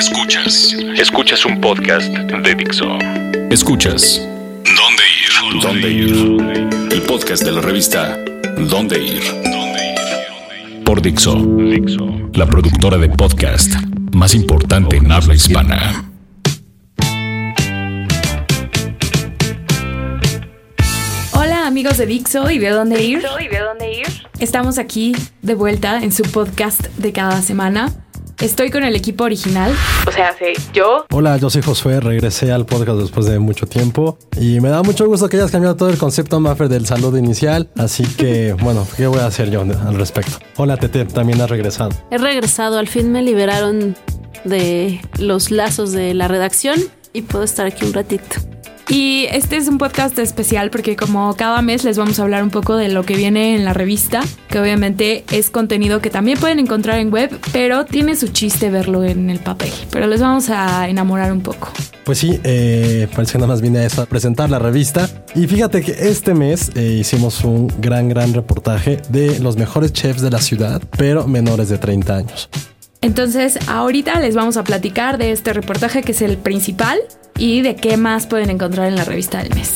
Escuchas un podcast de Dixo. Escuchas ¿Dónde ir? El podcast de la revista ¿Dónde ir? Por Dixo, la productora de podcast más importante en habla hispana. Hola amigos de Dixo y de Dónde ir. Estamos aquí de vuelta en su podcast de cada semana. Estoy con el equipo original, o sea, yo. Hola, yo soy Josué, regresé al podcast después de mucho tiempo y me da mucho gusto que hayas cambiado todo el concepto, Maffer, del saludo inicial, así que, bueno, ¿qué voy a hacer yo al respecto? Hola, Tete, también has regresado. He regresado, al fin me liberaron de los lazos de la redacción y puedo estar aquí un ratito. Y este es un podcast especial porque como cada mes les vamos a hablar un poco de lo que viene en la revista, que obviamente es contenido que también pueden encontrar en web, pero tiene su chiste verlo en el papel. Pero les vamos a enamorar un poco. Pues sí, parece que nada más vine a eso, a presentar la revista. Y fíjate que este mes hicimos un gran reportaje de los mejores chefs de la ciudad, pero menores de 30 años. Entonces, ahorita les vamos a platicar de este reportaje que es el principal y de qué más pueden encontrar en la revista del mes.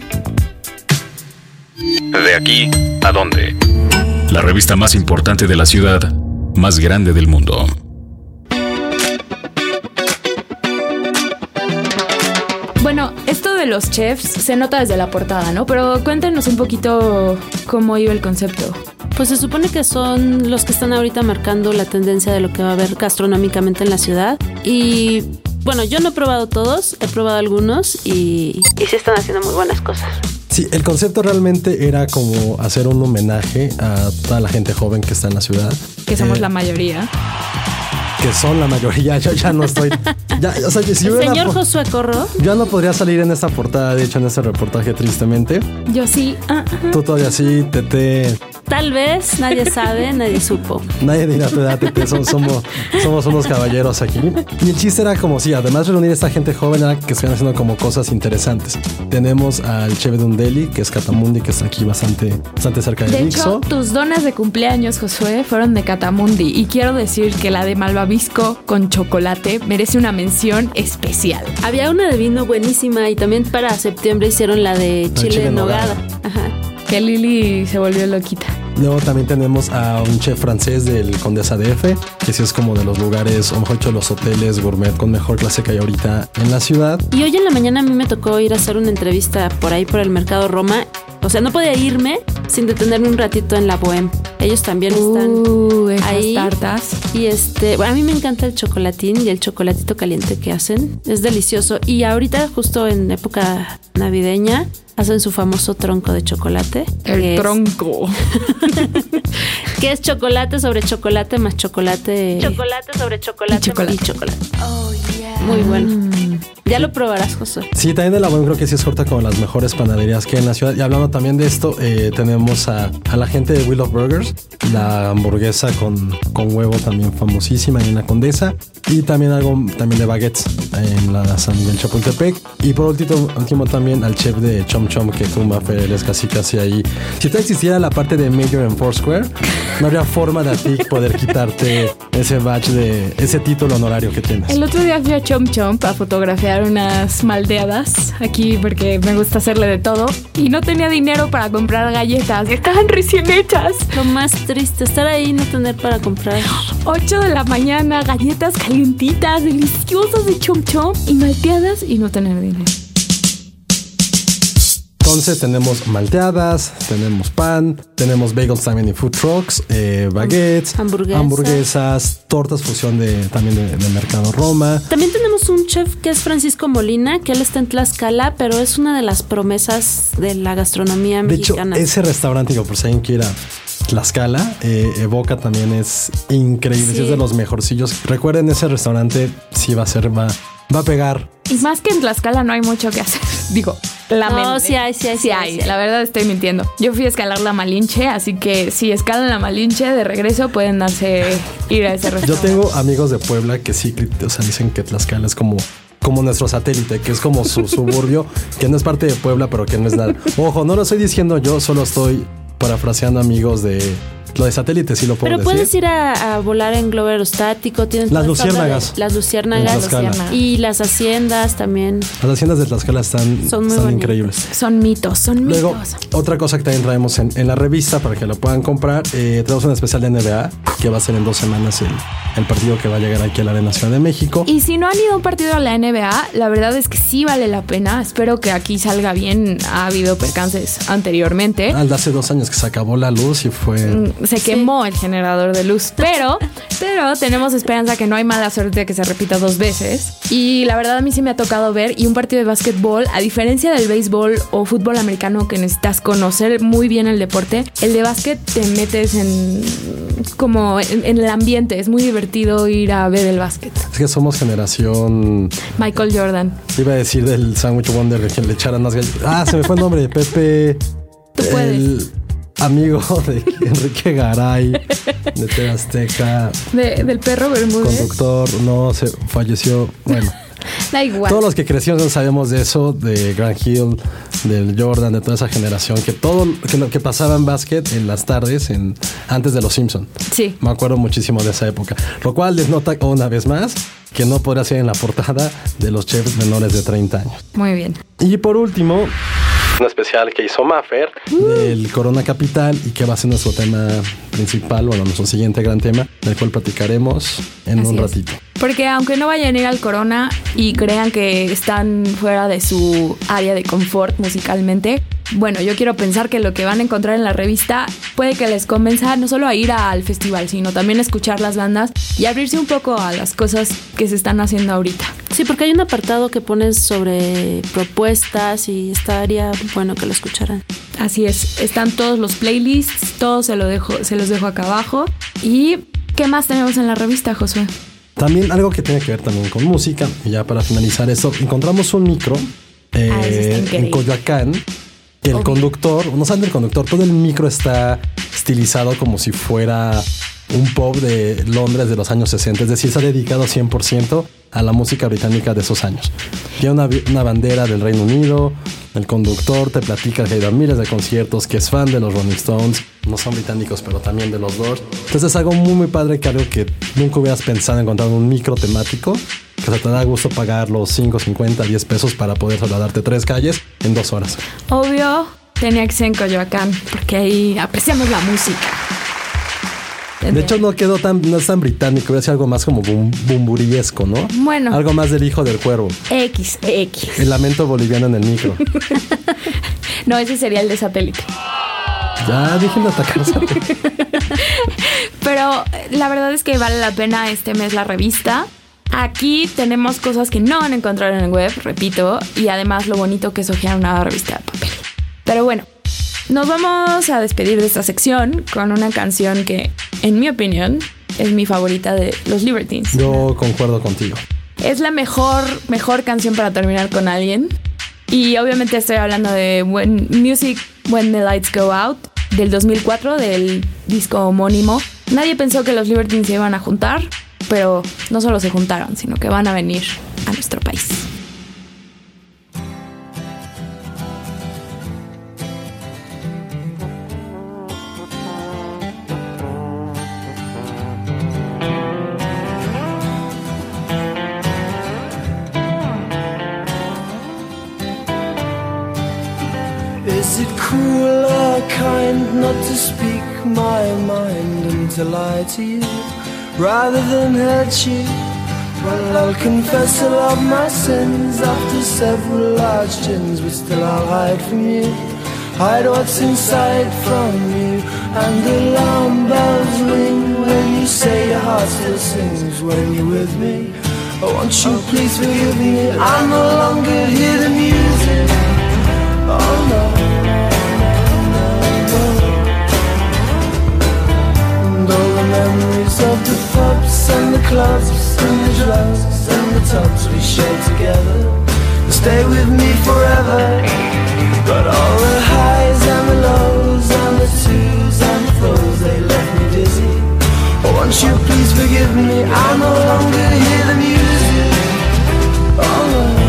De aquí a dónde. La revista más importante de la ciudad, más grande del mundo. Bueno, esto de los chefs se nota desde la portada, ¿no? Pero cuéntenos un poquito cómo iba el concepto. Pues se supone que son los que están ahorita marcando la tendencia de lo que va a haber gastronómicamente en la ciudad. Y bueno, yo no he probado todos, he probado algunos y sí están haciendo muy buenas cosas. Sí, el concepto realmente era como hacer un homenaje a toda la gente joven que está en la ciudad. Que somos la mayoría. Que son la mayoría, yo ya no estoy... Ya, o sea, si el señor Josué Corro. Yo no podría salir en esta portada, de hecho, en este reportaje, tristemente. Yo sí. Tú todavía sí, Tete... Tal vez, nadie sabe, nadie supo. Nadie dirá tu edad, Tete, somos unos caballeros aquí. Y el chiste era como si, además de reunir a esta gente joven, era que están haciendo como cosas interesantes. Tenemos al chef de un deli, que es Catamundi, que está aquí bastante cerca de Dixo. De hecho, tus donas de cumpleaños, Josué, fueron de Catamundi. Y quiero decir que la de malvavisco con chocolate merece una mención especial. Había una de vino buenísima y también para septiembre hicieron la de chile en nogada. Ajá. Que Lili se volvió loquita. Luego también tenemos a un chef francés del Condesa DF, que sí es como de los lugares, o mejor dicho, los hoteles gourmet con mejor clase que hay ahorita en la ciudad. Y hoy en la mañana a mí me tocó ir a hacer una entrevista por ahí por el Mercado Roma. O sea, no podía irme sin detenerme un ratito en la Bohème. Ellos también están ahí. Tartas. Y bueno, a mí me encanta el chocolatín y el chocolatito caliente que hacen. Es delicioso. Y ahorita, justo en época navideña, hacen su famoso tronco de chocolate. El tronco. Que es chocolate sobre chocolate más chocolate. Chocolate sobre chocolate y chocolate. Oh, yeah. Muy bueno. Ya lo probarás, Josué. Sí, también de la Bohème creo que sí es corta con las mejores panaderías que hay en la ciudad. Y hablando también de esto, tenemos a la gente de Wheel of Burgers, la hamburguesa con huevo también famosísima en la Condesa. Y también algo también de baguettes en la San Miguel Chapultepec. Y por último también al chef de Chom Chom, que tú, Maffer, eres casi ahí. Si no existiera la parte de Mayor en Foursquare, no habría forma de a ti poder quitarte ese badge de ese título honorario que tienes. El otro día fui a Chom Chom para fotografiar unas malteadas aquí porque me gusta hacerle de todo y no tenía dinero para comprar galletas. Estaban recién hechas. Lo más triste, estar ahí y no tener para comprar. 8 de la mañana, galletas calientitas, deliciosas de Chom Chom y malteadas y no tener dinero. Entonces tenemos malteadas, tenemos pan, tenemos bagels también y food trucks, baguettes, hamburguesas, tortas fusión también de Mercado Roma. También tenemos un chef que es Francisco Molina, que él está en Tlaxcala, pero es una de las promesas de la gastronomía mexicana. De hecho, ese restaurante, por si alguien quiera Tlaxcala, Evoca también es increíble, sí. Es de los mejorcillos. Recuerden, ese restaurante sí va a pegar. Y más que en Tlaxcala no hay mucho que hacer. Digo, sí hay. La verdad estoy mintiendo. Yo fui a escalar la Malinche, así que si escalan la Malinche de regreso pueden ir a ese restaurante. Yo tengo amigos de Puebla que sí, o sea, dicen que Tlaxcala es como nuestro satélite, que es como su suburbio, que no es parte de Puebla, pero que no es nada. Ojo, no lo estoy diciendo yo, solo estoy parafraseando amigos de Lo de satélite sí lo puedo decir. Pero puedes ir a volar en globo aerostático. Las luciérnagas. Las luciérnagas. Y las haciendas también. Las haciendas de Tlaxcala están increíbles. Son mitos. Luego, otra cosa que también traemos en la revista para que lo puedan comprar, tenemos un especial de NBA que va a ser en 2 semanas el partido que va a llegar aquí a la Arena Ciudad de México. Y si no han ido a un partido a la NBA, la verdad es que sí vale la pena. Espero que aquí salga bien. Ha habido percances anteriormente. Hace 2 años que se acabó la luz y se quemó el generador de luz, pero tenemos esperanza que no hay mala suerte de que se repita 2 veces. Y la verdad a mí sí me ha tocado ver, y un partido de básquetbol, a diferencia del béisbol o fútbol americano que necesitas conocer muy bien el deporte, el de básquet te metes en el ambiente. Es muy divertido ir a ver el básquet. Es que somos generación Michael Jordan. Iba a decir del Sandwich Wonder, de que le echaran más galletas. Se me fue el nombre. Pepe. Tú puedes. Amigo de Enrique Garay, de TV Azteca. Del Perro Bermúdez. Conductor, se falleció. Bueno. Da igual. Todos los que crecimos sabemos de eso, de Grant Hill, del Jordan, de toda esa generación, que todo lo que pasaba en básquet en las tardes, antes de los Simpson. Sí. Me acuerdo muchísimo de esa época. Lo cual les nota una vez más que no podría ser en la portada de los chefs menores de 30 años. Muy bien. Y por último, un especial que hizo Maffer del Corona Capital y que va a ser nuestro tema principal, nuestro siguiente gran tema, del cual platicaremos en un ratito. Porque aunque no vayan a ir al Corona y crean que están fuera de su área de confort musicalmente, bueno, yo quiero pensar que lo que van a encontrar en la revista puede que les convenza no solo a ir al festival, sino también a escuchar las bandas y abrirse un poco a las cosas que se están haciendo ahorita. Sí, porque hay un apartado que pones sobre propuestas y estaría bueno que lo escucharan. Así es, están todos los playlists, todos se los dejo acá abajo. ¿Y qué más tenemos en la revista, Josué? También algo que tiene que ver también con música. Y ya para finalizar esto, encontramos un micro en Coyoacán. El conductor, no saben del conductor, todo el micro está estilizado como si fuera un pop de Londres de los años 60. Es decir, se ha dedicado 100% a la música británica de esos años. Tiene una bandera del Reino Unido. El conductor te platica que ha ido a miles de conciertos, que es fan de los Rolling Stones. No son británicos, pero también de los Doors. Entonces es algo muy, muy padre, que algo que nunca hubieras pensado encontrar un micro temático, que se te da gusto pagar los 5, 50, 10 pesos para poder trasladarte 3 calles en 2 horas. Obvio, tenía que ser en Coyoacán, porque ahí apreciamos la música. De hecho, no es tan británico, voy a decir algo más como bumburiesco, ¿no? Bueno. Algo más del Hijo del Cuervo. X. El lamento boliviano en el micro. No, ese sería el de satélite. Ya, déjenme atacar satélite. Pero la verdad es que vale la pena este mes la revista. Aquí tenemos cosas que no van a encontrar en el web, repito, y además lo bonito que es hojear una revista de papel. Pero bueno, nos vamos a despedir de esta sección con una canción que, en mi opinión, es mi favorita de los Libertines. Yo concuerdo contigo. Es la mejor canción para terminar con alguien. Y obviamente estoy hablando de When the Lights Go Out, del 2004, del disco homónimo. Nadie pensó que los Libertines se iban a juntar, pero no solo se juntaron, sino que van a venir a nuestro país. Is it cruel or kind not to speak my mind and to lie to you rather than hurt you? Well, I'll confess all of my sins after several large gins, but still I'll hide from you, hide what's inside from you. And alarm bells ring when you say your heart still sings when you're with me. Oh, won't you please forgive me, I no longer hear the music. Oh no. And all the memories of the pubs and the clubs and the drugs and the tubs we shared together will stay with me forever. But all the highs and the lows and the twos and the throws, they left me dizzy. Oh, won't you please forgive me, I no longer hear the music. Oh no.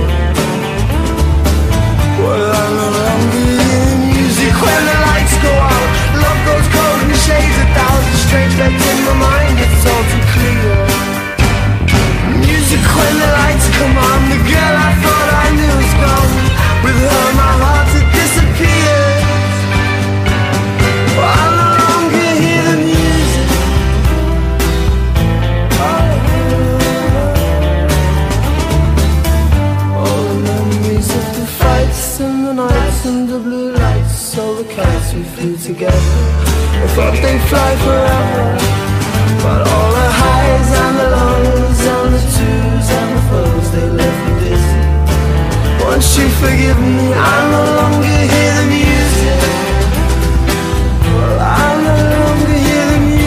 Well, I no longer hear music when the lights go out. flew together. I thought they'd fly forever, but all the highs and the lows and the twos and the foes, they left me dizzy. Won't you forgive me, I no longer hear the music. Well, I no longer hear the music.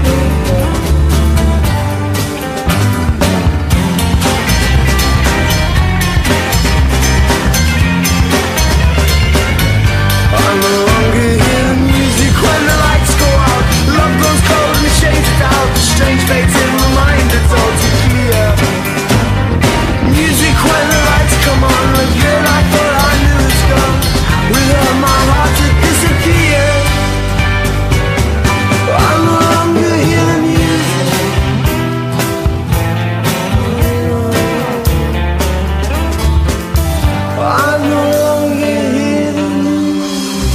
I no longer hear the music when the lights go out. Love goes cold and chased out. The strange fates in my mind, it's all too clear. Music when the lights come on, the girl I thought I knew is gone. With her my heart to disappear. I no longer hear the music. I no longer hear the music.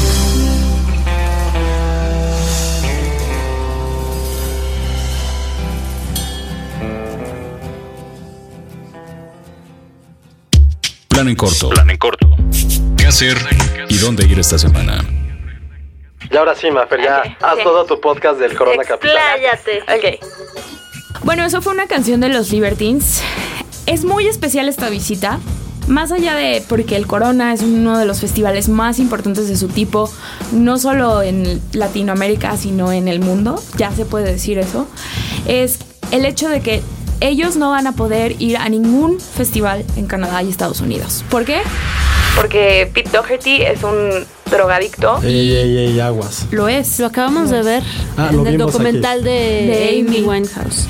Plan en corto. ¿Qué hacer y dónde ir esta semana? Y ahora sí, Mafer, ya haz todo tu podcast del Corona Capital. Expláyate. Ok. Bueno, eso fue una canción de los Libertines. Es muy especial esta visita. Más allá de porque el Corona es uno de los festivales más importantes de su tipo, no solo en Latinoamérica, sino en el mundo, ya se puede decir eso, es el hecho de que ellos no van a poder ir a ningún festival en Canadá y Estados Unidos. ¿Por qué? Porque Pete Doherty es un drogadicto. Ey, aguas. Lo es. Lo acabamos de ver lo en el vimos documental aquí. de Amy Winehouse.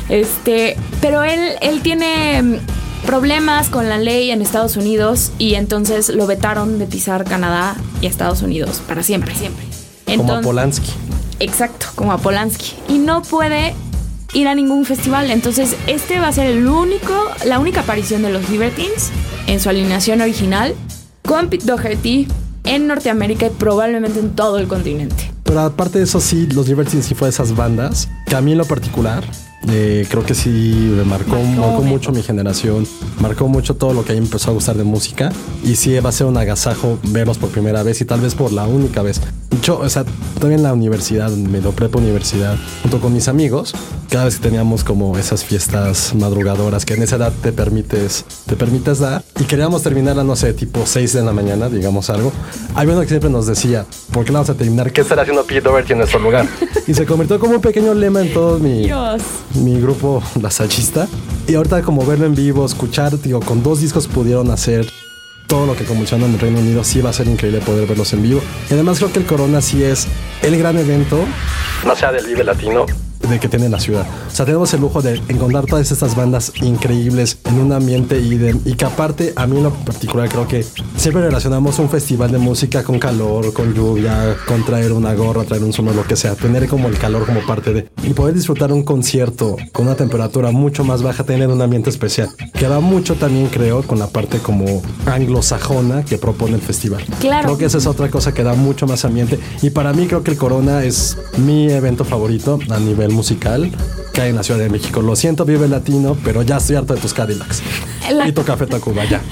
Pero él tiene problemas con la ley en Estados Unidos y entonces lo vetaron de pisar Canadá y Estados Unidos para siempre. Como a Polanski. Exacto, como a Polanski. Y no puede ir a ningún festival. Entonces este va a ser la única aparición de los Libertines en su alineación original con Pete Doherty en Norteamérica y probablemente en todo el continente. Pero aparte de eso, sí, los Libertines sí fue de esas bandas que a mí en lo particular creo que sí me marcó mucho mi generación, marcó mucho todo lo que a mí me empezó a gustar de música, y sí va a ser un agasajo verlos por primera vez y tal vez por la única vez. Yo, todavía en la universidad, medio prepa universidad, junto con mis amigos, cada vez que teníamos como esas fiestas madrugadoras que en esa edad te permites dar, y queríamos terminarla, no sé, tipo 6 de la mañana, digamos algo, había uno que siempre nos decía, ¿por qué la vamos a terminar? ¿Qué estará haciendo Pete Doherty en nuestro lugar? Y se convirtió como un pequeño lema en todo mi grupo lasallista. Y ahorita como verlo en vivo, escuchar, con 2 discos pudieron hacer todo lo que convulsionan en el Reino Unido. Sí va a ser increíble poder verlos en vivo. Y además creo que el Corona sí es el gran evento, no sea del Vive Latino, de que tiene la ciudad. O sea, tenemos el lujo de encontrar todas estas bandas increíbles en un ambiente y que aparte, a mí en lo particular creo que siempre relacionamos un festival de música con calor, con lluvia, con traer una gorra, traer un sombrero, lo que sea, tener como el calor como parte de, y poder disfrutar un concierto con una temperatura mucho más baja, tener un ambiente especial, que va mucho también, creo, con la parte como anglosajona que propone el festival. Claro. Creo que esa es otra cosa que da mucho más ambiente, y para mí creo que el Corona es mi evento favorito a nivel musical que hay en la Ciudad de México. Lo siento, Vive Latino, pero ya estoy harto de tus Cadillacs y tu Café Tacuba, ya.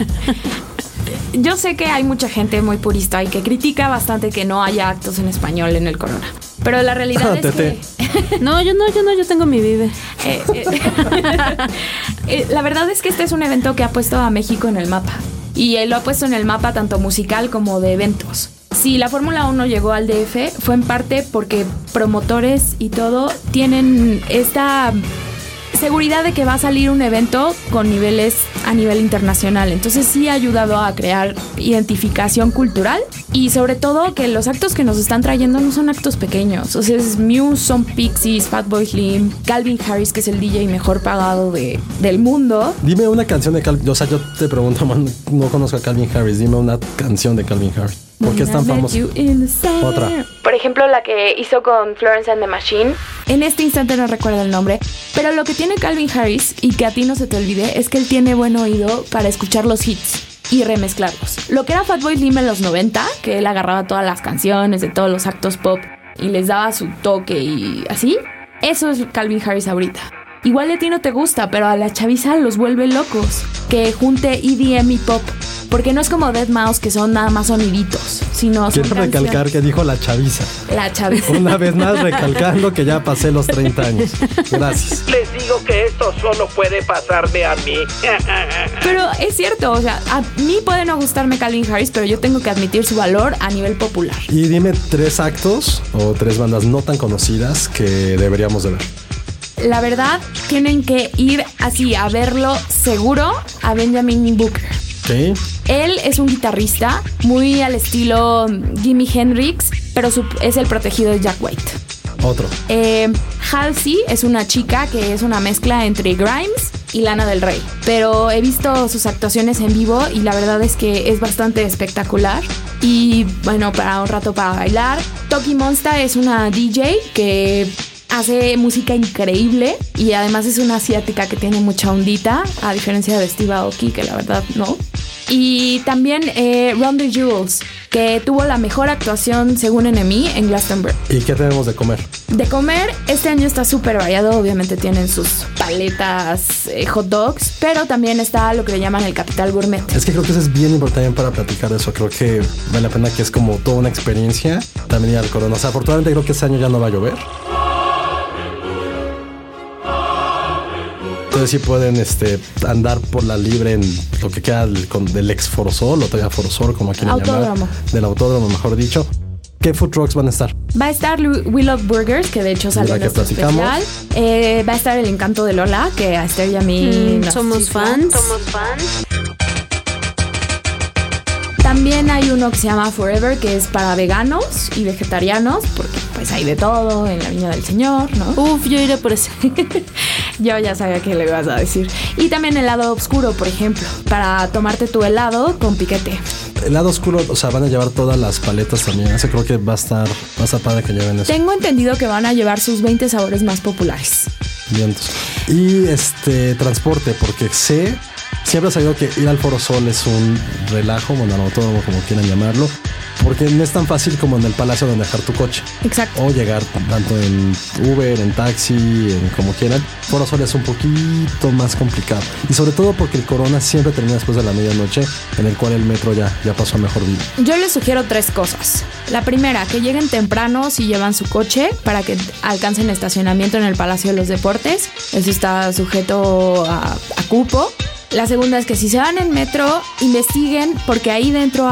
Yo sé que hay mucha gente muy purista y que critica bastante que no haya actos en español en el Corona, pero la realidad es que No, yo tengo mi Vive. La verdad es que este es un evento que ha puesto a México en el mapa, y él lo ha puesto en el mapa tanto musical como de eventos. Si la Fórmula 1 llegó al DF fue en parte porque promotores y todo tienen esta seguridad de que va a salir un evento con niveles a nivel internacional. Entonces sí ha ayudado a crear identificación cultural, y sobre todo que los actos que nos están trayendo no son actos pequeños. O sea, es Muse, son Pixies, Fatboy Slim, Calvin Harris, que es el DJ mejor pagado del mundo. Dime una canción de Calvin. O sea, yo te pregunto, man, no conozco a Calvin Harris. Dime una canción de Calvin Harris. ¿Por qué es tan famoso? Otra. Por ejemplo, la que hizo con Florence and the Machine. En este instante no recuerdo el nombre, pero lo que tiene Calvin Harris, y que a ti no se te olvide, es que él tiene buen oído para escuchar los hits y remezclarlos. Lo que era Fatboy Slim en los 90, que él agarraba todas las canciones de todos los actos pop y les daba su toque y así, eso es Calvin Harris ahorita. Igual a ti no te gusta, pero a la chaviza los vuelve locos. que junte EDM y pop. Porque no es como Deadmau5, que son nada más soniditos, sino son Quiero recalcar que dijo la chaviza. La chaviza. Una vez más recalcando que ya pasé los 30 años. Gracias. Les digo que esto solo puede pasarme a mí. Pero es cierto, o sea, a mí puede no gustarme Calvin Harris, pero yo tengo que admitir su valor a nivel popular. Y dime 3 actos o 3 bandas no tan conocidas que deberíamos de ver. La verdad, tienen que ir así a verlo seguro a Benjamin Booker. ¿Sí? Él es un guitarrista muy al estilo Jimi Hendrix, pero es el protegido de Jack White. Otro. Halsey es una chica que es una mezcla entre Grimes y Lana del Rey. Pero he visto sus actuaciones en vivo y la verdad es que es bastante espectacular. Y bueno, para un rato para bailar. Toki Monsta es una DJ que hace música increíble y además es una asiática que tiene mucha ondita, a diferencia de Steve Aoki, que la verdad no. Y también Run the Jewels, que tuvo la mejor actuación según NME en Glastonbury. ¿Y qué tenemos de comer? De comer, este año está súper variado. Obviamente tienen sus paletas, hot dogs, pero también está lo que le llaman el Capital Gourmet. Es que creo que eso es bien importante para platicar de eso. Creo que vale la pena, que es como toda una experiencia también ir al Corona. O sea, afortunadamente creo que este año ya no va a llover. Entonces sí pueden andar por la libre en lo que queda del ex Forosol, o todavía Forosol, como quieran llamar. Del autódromo, mejor dicho. ¿Qué food trucks van a estar? Va a estar We Love Burgers, que de hecho salió en este especial. Va a estar El Encanto de Lola, que a Esther y a mí somos fans. También hay uno que se llama Forever, que es para veganos y vegetarianos, porque pues hay de todo en la Viña del Señor, ¿no? Uf, yo iré por ese. Yo ya sabía que le ibas a decir. Y también helado oscuro, por ejemplo, para tomarte tu helado con piquete. Helado oscuro, o sea, van a llevar todas las paletas también. Eso creo que va a estar padre que lleven eso. Tengo entendido que van a llevar sus 20 sabores más populares. Vientos. Y transporte, porque siempre ha sabido que ir al Foro Sol es un relajo, bueno, al autódromo, como quieran llamarlo, porque no es tan fácil como en el Palacio donde dejar tu coche. Exacto. O llegar tanto en Uber, en taxi, como quieran. Foro Sol es un poquito más complicado. Y sobre todo porque el Corona siempre termina después de la medianoche, en el cual el metro ya pasó a mejor vida. Yo les sugiero 3 cosas. La primera, que lleguen temprano si llevan su coche para que alcancen estacionamiento en el Palacio de los Deportes. Eso está sujeto a cupo. La segunda es que si se van en metro, investiguen, porque ahí dentro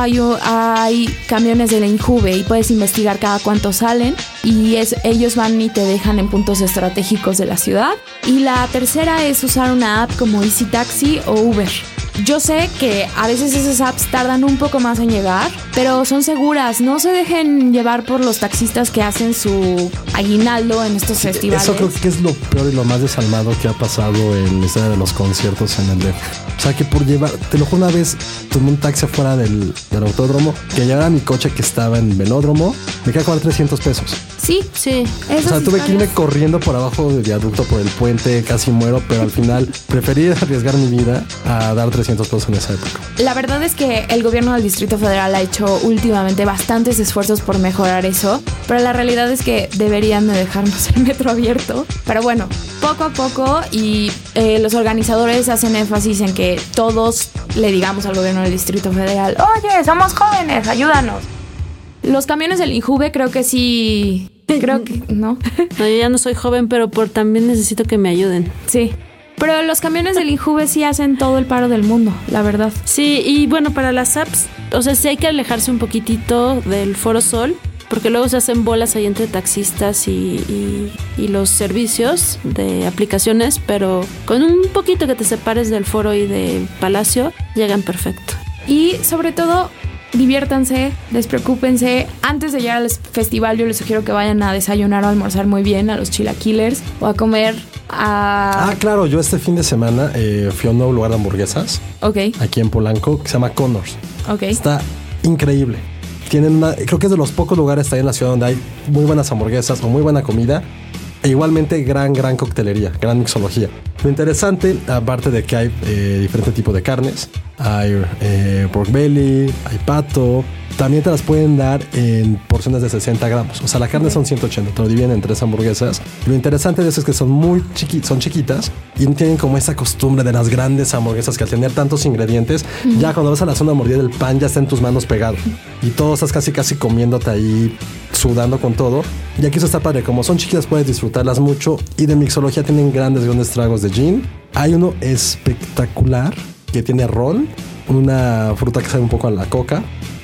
hay camiones de la Injuve y puedes investigar cada cuánto salen, y ellos van y te dejan en puntos estratégicos de la ciudad. Y la tercera es usar una app como Easy Taxi o Uber. Yo sé que a veces esas apps tardan un poco más en llegar, pero son seguras. No se dejen llevar por los taxistas que hacen su aguinaldo en estos festivales. Eso creo que es lo peor y lo más desalmado que ha pasado en la historia de los conciertos en el DF. O sea, que por llevar, te lo juro, una vez tomé un taxi afuera del autódromo, que llevara mi coche que estaba en velódromo, me quedé a cobrar 300 pesos. Sí. O sea, tuve que irme corriendo por abajo del viaducto, por el puente, casi muero, pero al final preferí arriesgar mi vida a dar 300 pesos en esa época. La verdad es que el gobierno del Distrito Federal ha hecho últimamente bastantes esfuerzos por mejorar eso, pero la realidad es que deberían de dejarnos el metro abierto. Pero bueno, poco a poco, y los organizadores hacen énfasis en que todos le digamos al gobierno del Distrito Federal: oye, somos jóvenes, ayúdanos. Los camiones del Injuve creo que sí. Creo que no. No, yo ya no soy joven, pero también necesito que me ayuden. Sí. Pero los camiones del Injuve sí hacen todo el paro del mundo, la verdad. Sí, y bueno, para las apps, o sea, sí hay que alejarse un poquitito del Foro Sol, porque luego se hacen bolas ahí entre taxistas y los servicios de aplicaciones, pero con un poquito que te separes del Foro y del Palacio, llegan perfecto. Y sobre todo, diviértanse, despreocúpense. Antes de llegar al festival, yo les sugiero que vayan a desayunar o almorzar muy bien a los Chilaquilers, o a comer a... claro, yo este fin de semana fui a un nuevo lugar de hamburguesas. Ok. Aquí en Polanco, que se llama Connors. Ok. Está increíble. Tienen creo que es de los pocos lugares ahí en la ciudad donde hay muy buenas hamburguesas o muy buena comida. E igualmente gran coctelería, gran mixología. Lo interesante, aparte de que hay diferentes tipos de carnes, hay pork belly, hay pato, también te las pueden dar en porciones de 60 gramos. O sea, la carne son 180, te lo dividen en 3 hamburguesas. Lo interesante de eso es que son muy son chiquitas y no tienen como esa costumbre de las grandes hamburguesas que al tener tantos ingredientes, ya cuando vas a la zona mordida del pan ya está en tus manos pegado. Y todo estás casi comiéndote ahí, sudando con todo. Y aquí eso está padre, como son chiquitas puedes disfrutarlas mucho. Y de mixología tienen grandes tragos de gin. Hay uno espectacular que tiene ron, una fruta que sabe un poco a la coca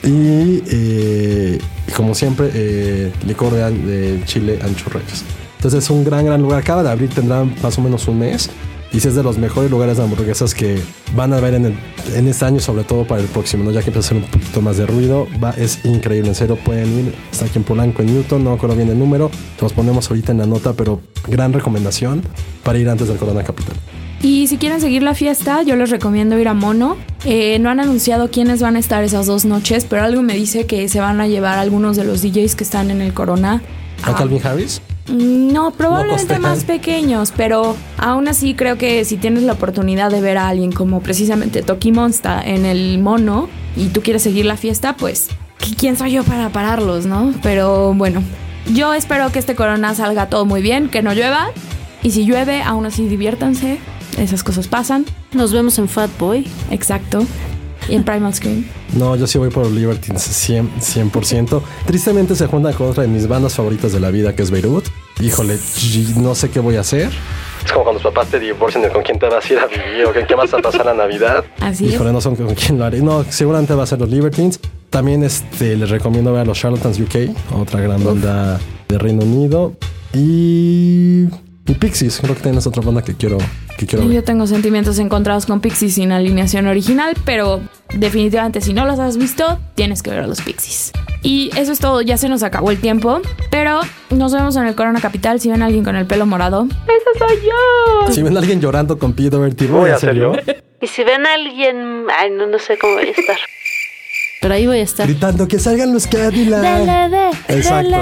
y como siempre licor de chile ancho reyes. Entonces es un gran lugar. Acaba de abrir, tendrá más o menos un mes. Y si es de los mejores lugares de hamburguesas que van a ver en este año, sobre todo para el próximo, ¿no? Ya que empieza a hacer un poquito más de ruido, es increíble, en serio, pueden ir. Está aquí en Polanco, en Newton, no me acuerdo bien el número, los ponemos ahorita en la nota, pero gran recomendación para ir antes del Corona Capital. Y si quieren seguir la fiesta, yo les recomiendo ir a Mono. No han anunciado quiénes van a estar esas 2 noches, pero algo me dice que se van a llevar algunos de los DJs que están en el Corona. ¿A Calvin Harris? No, probablemente más pequeños, pero aún así creo que si tienes la oportunidad de ver a alguien como precisamente Toki Monsta en el Mono y tú quieres seguir la fiesta, pues ¿quién soy yo para pararlos, no? Pero bueno, yo espero que este Corona salga todo muy bien, que no llueva, y si llueve, aún así diviértanse, esas cosas pasan. Nos vemos en Fat Boy. Exacto. Y en Primal Scream. No, yo sí voy por Libertines 100%. Tristemente se junta con otra de mis bandas favoritas de la vida, que es Beirut. Híjole, no sé qué voy a hacer. Es como cuando los papás te divorcian, con quién te vas a ir a vivir o con quién vas a pasar la Navidad. Así Híjole, es. no sé con quién lo haré. No, seguramente va a ser los Libertines. También les recomiendo ver a los Charlatans UK, otra gran banda de Reino Unido. Y Pixies, creo que tienes otra banda que quiero ver. Yo tengo sentimientos encontrados con Pixies sin alineación original, pero definitivamente si no los has visto, tienes que ver a los Pixies. Y eso es todo, ya se nos acabó el tiempo, pero nos vemos en el Corona Capital. Si ven a alguien con el pelo morado, ¡ese soy yo! Si ven a alguien llorando con Pete Doherty, voy a ser yo. Y si ven a alguien, no sé cómo voy a estar. Pero ahí voy a estar. Gritando que salgan los Cadillac. Exacto.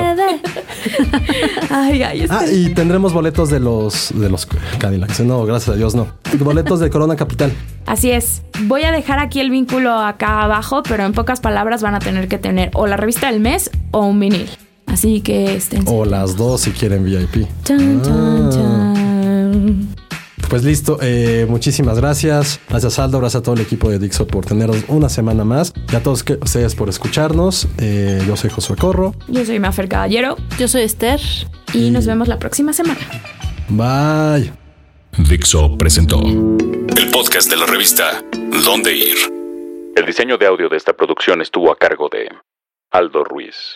Ay, y tendremos boletos de los Cadillacs. No, gracias a Dios, no. Boletos de Corona Capital. Así es. Voy a dejar aquí el vínculo acá abajo, pero en pocas palabras van a tener que tener o la revista del mes o un vinil. Así que estén. O las dos si quieren VIP. Chan, chan, chan. Pues listo, muchísimas gracias. Gracias Aldo, gracias a todo el equipo de Dixo por tenernos una semana más. Y a todos ustedes por escucharnos. Yo soy Josué Corro. Yo soy Mafer Caballero. Yo soy Esther. Y nos vemos la próxima semana. Bye. Dixo presentó el podcast de la revista Dónde Ir. El diseño de audio de esta producción estuvo a cargo de Aldo Ruiz.